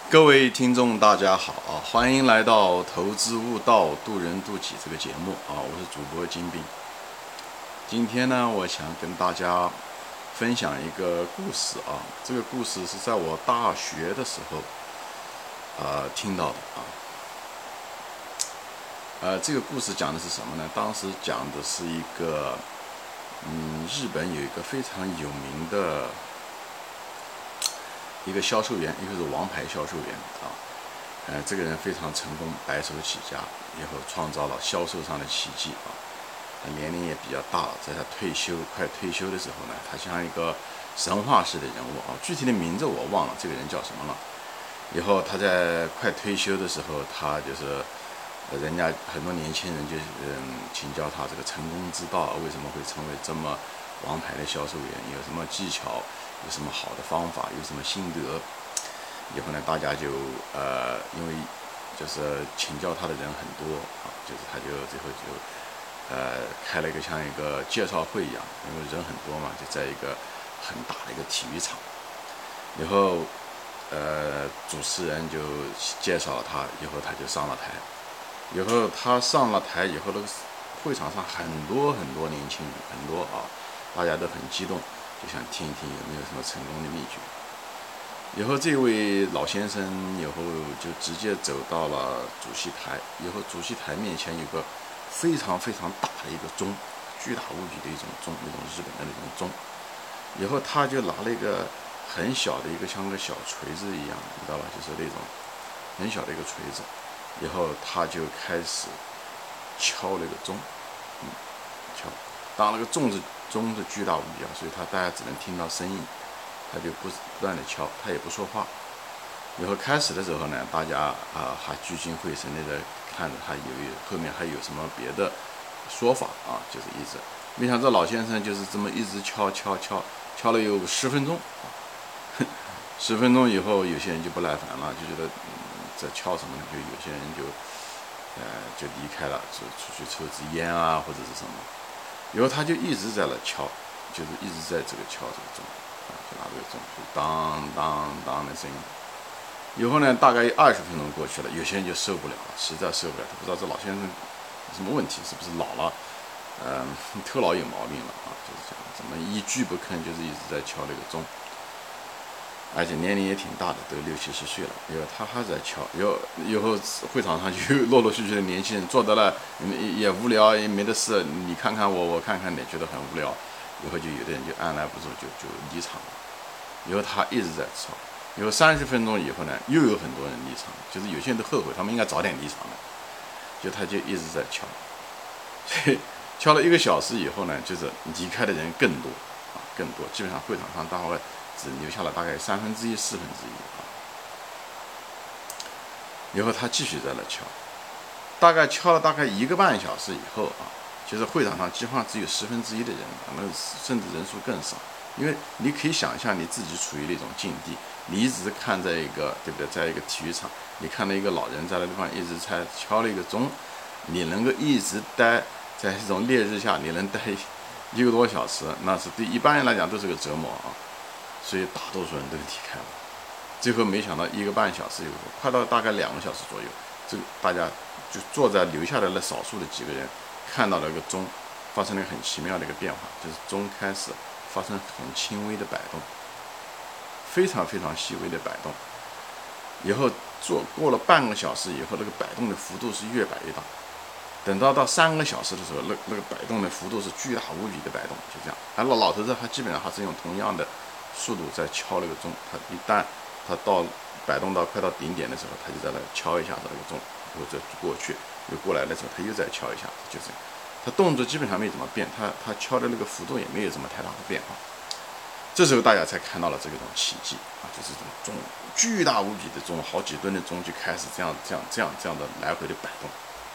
各位听众，大家好啊！欢迎来到《投资悟道，渡人渡己》这个节目啊！我是主播金兵。今天呢，我想跟大家分享一个故事啊。这个故事是在我大学的时候听到的啊。这个故事讲的是什么呢？当时讲的是一个日本有一个非常有名的一个销售员，一个是王牌销售员啊。这个人非常成功，白手起家，以后创造了销售上的奇迹啊。他年龄也比较大了，在他快退休的时候呢，他像一个神话式的人物啊。具体的名字我忘了，这个人叫什么了。以后他在快退休的时候，他就是人家很多年轻人就请教他这个成功之道，为什么会成为这么王牌的销售员，有什么技巧，有什么好的方法，有什么心得。以后呢，大家就因为就是请教他的人很多啊，就是他就最后就开了一个像一个介绍会一样，因为人很多嘛，就在一个很大的一个体育场。以后主持人就介绍了他，以后他就上了台。以后他上了台以后，那个会场上很多很多年轻人，很多啊，大家都很激动，就想听一听有没有什么成功的秘诀。以后这位老先生以后就直接走到了主席台，以后主席台面前有个非常非常大的一个钟，巨大无比的一种钟，那种日本的那种钟。以后他就拿了一个很小的一个像个小锤子一样，你知道吧？就是那种很小的一个锤子。以后他就开始敲那个钟，敲。当那个钟是巨大无比啊，所以大家只能听到声音。他就不断的敲，他也不说话。以后开始的时候呢，大家还聚精会神的在看着他后面还有什么别的说法啊，就是一直。没想到老先生就是这么一直敲了有10分钟啊。10分钟以后，有些人就不耐烦了，就觉得在敲什么呢？就有些人就离开了，就出去抽支烟啊，或者是什么。以后他就一直在那敲，就是一直在这个敲这个钟。就拿这个钟，就当当当的声音。以后呢，大概20分钟过去了，有些人就受不了了，实在受不了，他不知道这老先生有什么问题，是不是老了，头脑有毛病了啊？就是这样，怎么一句不吭，就是一直在敲那个钟，而且年龄也挺大的，都60、70岁了。以后他还在敲，以后会场上就陆陆续续的年轻人坐在那，也无聊，也没得事，你看看我，我看看你，觉得很无聊。以后就有的人就按捺不住，就离场了。以后他一直在敲，以后30分钟以后呢，又有很多人离场，就是有些人都后悔，他们应该早点离场的。他就一直在敲，所以敲了1个小时以后呢，就是离开的人更多啊，更多。基本上会场上大概只留下了大概1/3、1/4啊。以后他继续在那敲，大概敲了大概1个半小时以后啊。就是会场上基本上只有1/10的人，那甚至人数更少。因为你可以想象你自己处于那种境地，你一直看在一个，对不对？在一个体育场，你看到一个老人在那地方一直在敲了一个钟，你能够一直待在这种烈日下，你能待1个多小时，那是对一般人来讲都是个折磨啊。所以大多数人都离开了。最后没想到1个半小时以后，快到大概2个小时左右，这个大家就坐在留下来的少数的几个人。看到了一个钟发生了很奇妙的一个变化，就是钟开始发生很轻微的摆动，非常非常细微的摆动。以后过了半个小时以后，那个摆动的幅度是越摆越大。等到3个小时的时候，那个摆动的幅度是巨大无比的摆动，就这样。老头子他基本上还是用同样的速度在敲那个钟。他一旦他摆动到快到顶点的时候，他就在那敲一下子那个钟，或者过去。又过来的时候，他又再敲一下，就这样。他动作基本上没怎么变，他敲的那个幅度也没有什么太大的变化。这时候大家才看到了这种奇迹啊，就是这种钟，巨大无比的钟，好几吨的钟就开始这样的来回的摆动。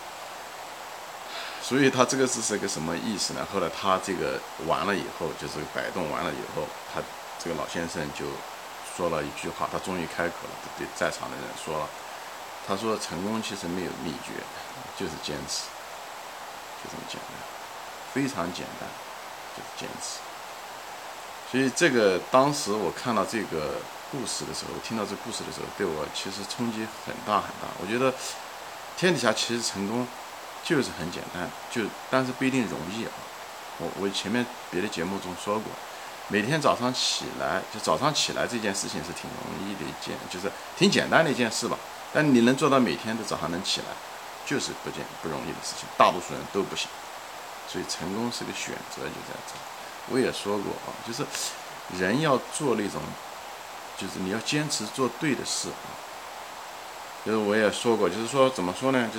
所以他这个是个什么意思呢？后来他这个完了以后，就是摆动完了以后，他这个老先生就说了一句话，他终于开口了，对在场的人说了。他说：“成功其实没有秘诀，就是坚持，就这么简单，非常简单，就是坚持。”所以这个当时我看到这个故事的时候，听到这故事的时候，对我其实冲击很大很大。我觉得天底下其实成功就是很简单，但是不一定容易啊。我前面别的节目中说过，每天早上起来，就早上起来这件事情是挺容易的一件，就是挺简单的一件事吧。但你能做到每天的早上能起来，就是不容易的事情，大多数人都不行。所以成功是个选择，就在这。我也说过啊，就是人要做那种，就是你要坚持做对的事啊。就是我也说过，就是说怎么说呢，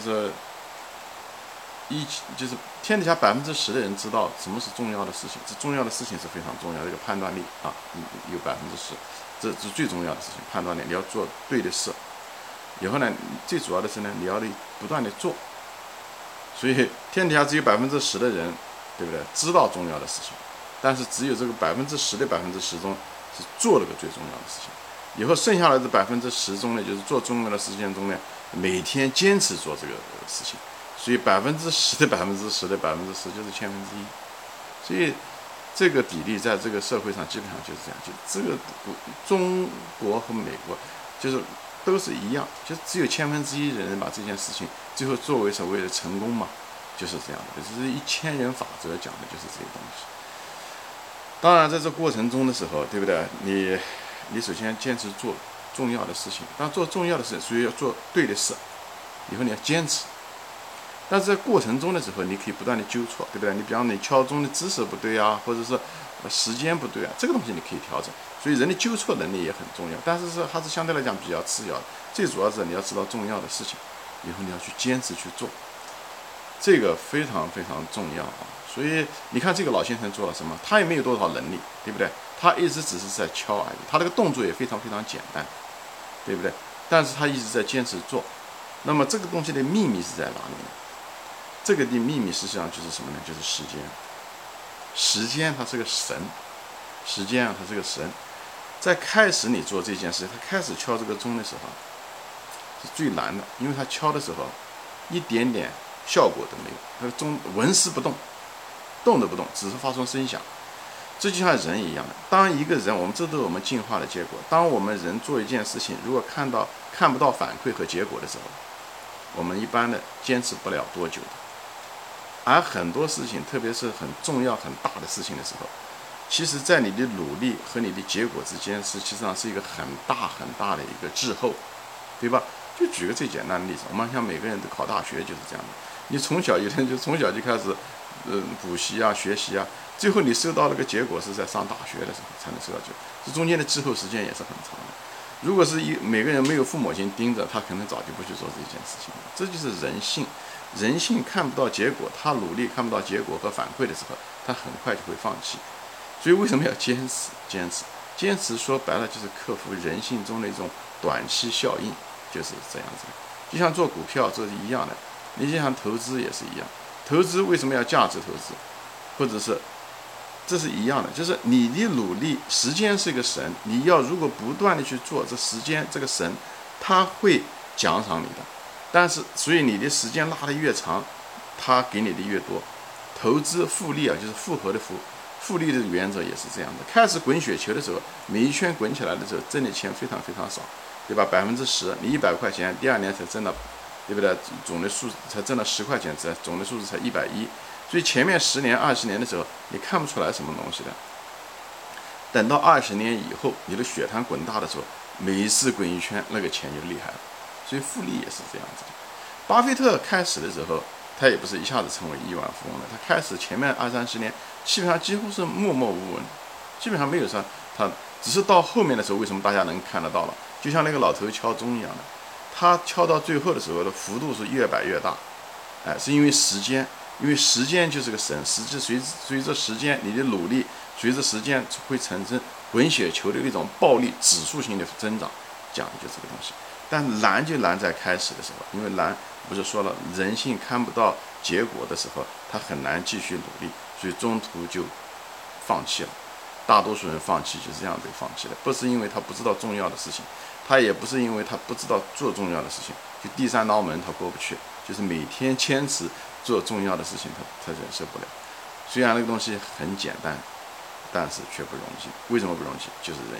就是天底下10%的人知道什么是重要的事情，这重要的事情是非常重要的，这个判断力啊，有10%，这是最重要的事情，判断力，你要做对的事。以后呢，最主要的是呢，你要不断的做。所以天底下只有10%的人，对不对？知道重要的事情，但是只有这个10%的10%中是做了个最重要的事情。以后剩下来的10%中呢，就是做重要的事情中呢，每天坚持做这个事情。所以10%的10%的10%就是1/1000。所以这个比例在这个社会上基本上就是这样，就这个中国和美国就是都是一样，就只有1/1000的人把这件事情最后作为所谓的成功嘛，就是这样的。就是1000人法则讲的就是这些东西。当然在这过程中的时候，对不对？你首先坚持做重要的事情，当做重要的事情，所以要做对的事，以后你要坚持。但是在过程中的时候，你可以不断的纠错，对不对？你比方你敲钟的姿势不对啊，或者是时间不对啊，这个东西你可以调整。所以人的纠错能力也很重要，但是还是相对来讲比较次要的。最主要是你要知道重要的事情，以后你要去坚持去做，这个非常非常重要啊。所以你看这个老先生做了什么？他也没有多少能力，对不对？他一直只是在敲而已，他这个动作也非常非常简单，对不对？但是他一直在坚持做。那么这个东西的秘密是在哪里呢？这个的秘密实际上就是什么呢？就是时间。时间它是个神，时间啊，它是个神。在开始你做这件事，他开始敲这个钟的时候是最难的，因为他敲的时候一点点效果都没有，他的钟纹丝不动，动都不动，只是发出声响。这就像人一样的，当一个人，这都是我们进化的结果。当我们人做一件事情，如果看不到反馈和结果的时候，我们一般的坚持不了多久的。而很多事情，特别是很重要、很大的事情的时候，其实在你的努力和你的结果之间实际上是一个很大很大的一个滞后，对吧？就举个最简单的例子，我们像每个人都考大学就是这样的。你从小有的人就从小就开始，补习啊、学习啊，最后你收到那个结果是在上大学的时候才能收到结果，这中间的滞后时间也是很长的。如果是每个人没有父母亲盯着，他可能早就不去做这件事情了。这就是人性。人性看不到结果，他努力看不到结果和反馈的时候，他很快就会放弃。所以为什么要坚持？坚持说白了就是克服人性中的一种短期效应，就是这样子。就像做股票这是一样的，你就像投资也是一样。投资为什么要价值投资？或者是这是一样的，就是你的努力，时间是一个神，你要如果不断的去做，这时间这个神，他会奖赏你的。但是，所以你的时间拉得越长，他给你的越多。投资复利啊，就是复合的复利的原则也是这样的。开始滚雪球的时候，每一圈滚起来的时候，挣的钱非常非常少，对吧？10%，你100块钱，第2年才挣到，对不对？总的数才挣了10块钱，总的数字才110。所以前面10年、20年的时候，你看不出来什么东西的。等到20年以后，你的血潭滚大的时候，每一次滚一圈，那个钱就厉害了。所以复利也是这样子的。巴菲特开始的时候，他也不是一下子成为亿万富翁的，他开始前面20-30年，基本上几乎是默默无闻，基本上没有啥。他只是到后面的时候，为什么大家能看得到了？就像那个老头敲钟一样的，他敲到最后的时候的幅度是越摆越大，是因为时间，因为时间就是个神，随着时间你的努力，随着时间会产生滚雪球的那种暴力指数性的增长，讲的就是这个东西。但难就难在开始的时候，因为难不是说了，人性看不到结果的时候，他很难继续努力，所以中途就放弃了。大多数人放弃就是这样被放弃的，不是因为他不知道重要的事情，他也不是因为他不知道做重要的事情，就第3道门他过不去，就是每天坚持做重要的事情，他忍受不了。虽然那个东西很简单，但是却不容易。为什么不容易？就是人性。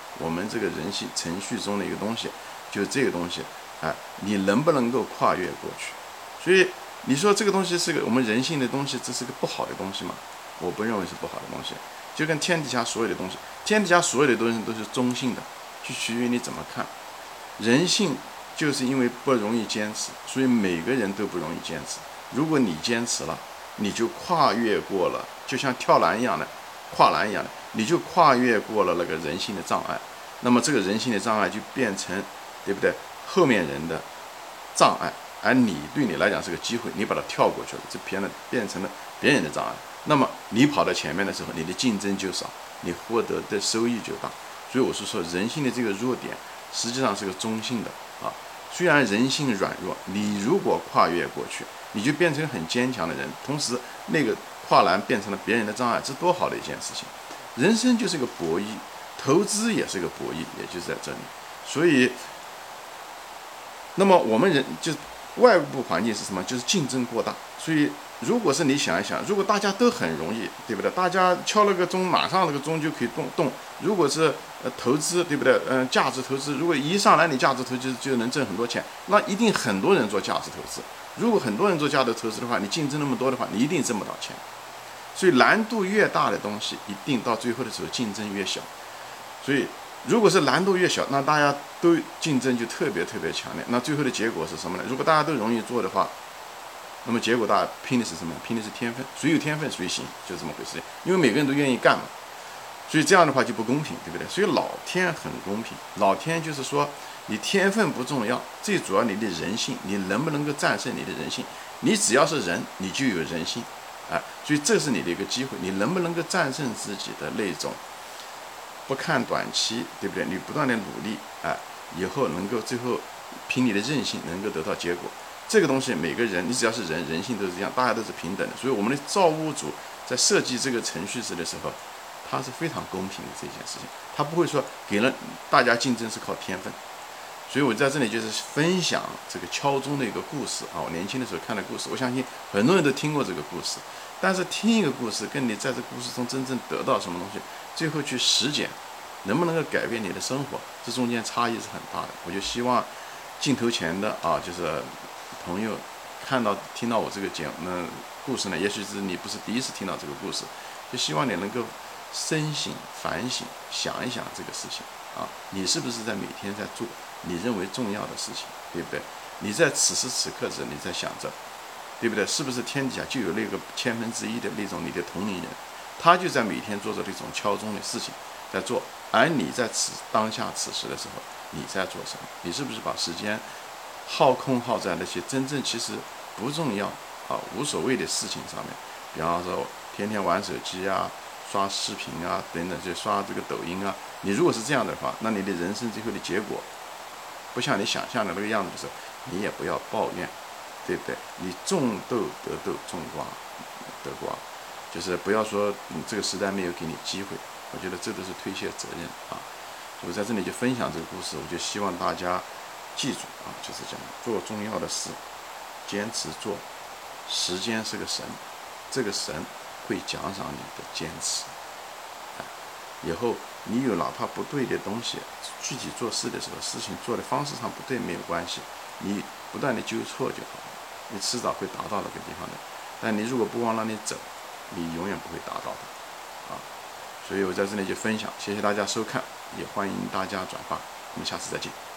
我们这个人性程序中的一个东西，就这个东西，你能不能够跨越过去？所以你说这个东西是个我们人性的东西，这是个不好的东西吗？我不认为是不好的东西。就跟天底下所有的东西，天底下所有的东西都是中性的，就取决于你怎么看。人性就是因为不容易坚持，所以每个人都不容易坚持。如果你坚持了，你就跨越过了，就像跳栏一样的，跨栏一样的，你就跨越过了那个人性的障碍。那么这个人性的障碍就变成，对不对？后面人的障碍，而你对你来讲是个机会，你把它跳过去了，这变成了别人的障碍。那么你跑到前面的时候，你的竞争就少，你获得的收益就大。所以我是说，人性的这个弱点实际上是个中性的啊。虽然人性软弱，你如果跨越过去，你就变成很坚强的人，同时那个跨栏变成了别人的障碍，这多好的一件事情！人生就是个博弈，投资也是个博弈，也就是在这里。所以，那么我们人就是外部环境是什么？就是竞争过大。所以，如果是你想一想，如果大家都很容易，对不对？大家敲了个钟，马上那个钟就可以动。如果是投资，对不对？价值投资，如果一上来你价值投资就能挣很多钱，那一定很多人做价值投资。如果很多人做价值投资的话，你竞争那么多的话，你一定挣不到钱。所以难度越大的东西，一定到最后的时候竞争越小。所以如果是难度越小，那大家都竞争就特别特别强烈。那最后的结果是什么呢？如果大家都容易做的话，那么结果大家拼的是什么？拼的是天分，谁有天分谁行，就这么回事。因为每个人都愿意干嘛，所以这样的话就不公平，对不对？所以老天很公平，老天就是说，你天分不重要，最主要你的人性，你能不能够战胜你的人性？你只要是人，你就有人性，所以这是你的一个机会，你能不能够战胜自己的那种不看短期，对不对？你不断的努力，以后能够最后凭你的韧性能够得到结果。这个东西每个人，你只要是人，人性都是这样，大家都是平等的。所以我们的造物主在设计这个程序的时候，他是非常公平的这件事情，他不会说给了大家竞争是靠天分。所以我在这里就是分享这个敲钟的一个故事啊，我年轻的时候看的故事，我相信很多人都听过这个故事。但是听一个故事，跟你在这故事中真正得到什么东西，最后去实践，能不能够改变你的生活，这中间差异是很大的。我就希望镜头前的就是朋友听到我这个故事呢，也许是你不是第一次听到这个故事，就希望你能够深省反省，想一想这个事情你是不是在每天在做你认为重要的事情，对不对？你在此时此刻你在想着，对不对？是不是天底下就有那个1/1000的那种你的同龄人，他就在每天做着这种敲钟的事情在做，而你在当下此时的时候你在做什么？你是不是把时间耗在那些真正其实不重要无所谓的事情上面？比方说天天玩手机刷视频等等，就刷这个抖音你如果是这样的话，那你的人生最后的结果不像你想象的那个样子的时候，你也不要抱怨，对不对？你种豆得豆，种瓜得瓜，就是不要说这个时代没有给你机会，我觉得这都是推卸责任所以我在这里就分享这个故事，我就希望大家记住就是这样，做重要的事，坚持做，时间是个神，这个神会奖赏你的坚持。以后你有哪怕不对的东西，具体做事的时候，事情做的方式上不对没有关系，你不断的纠错就好了，你迟早会达到那个地方的。但你如果不往那里走，你永远不会达到的所以我在这里就分享，谢谢大家收看，也欢迎大家转发，我们下次再见。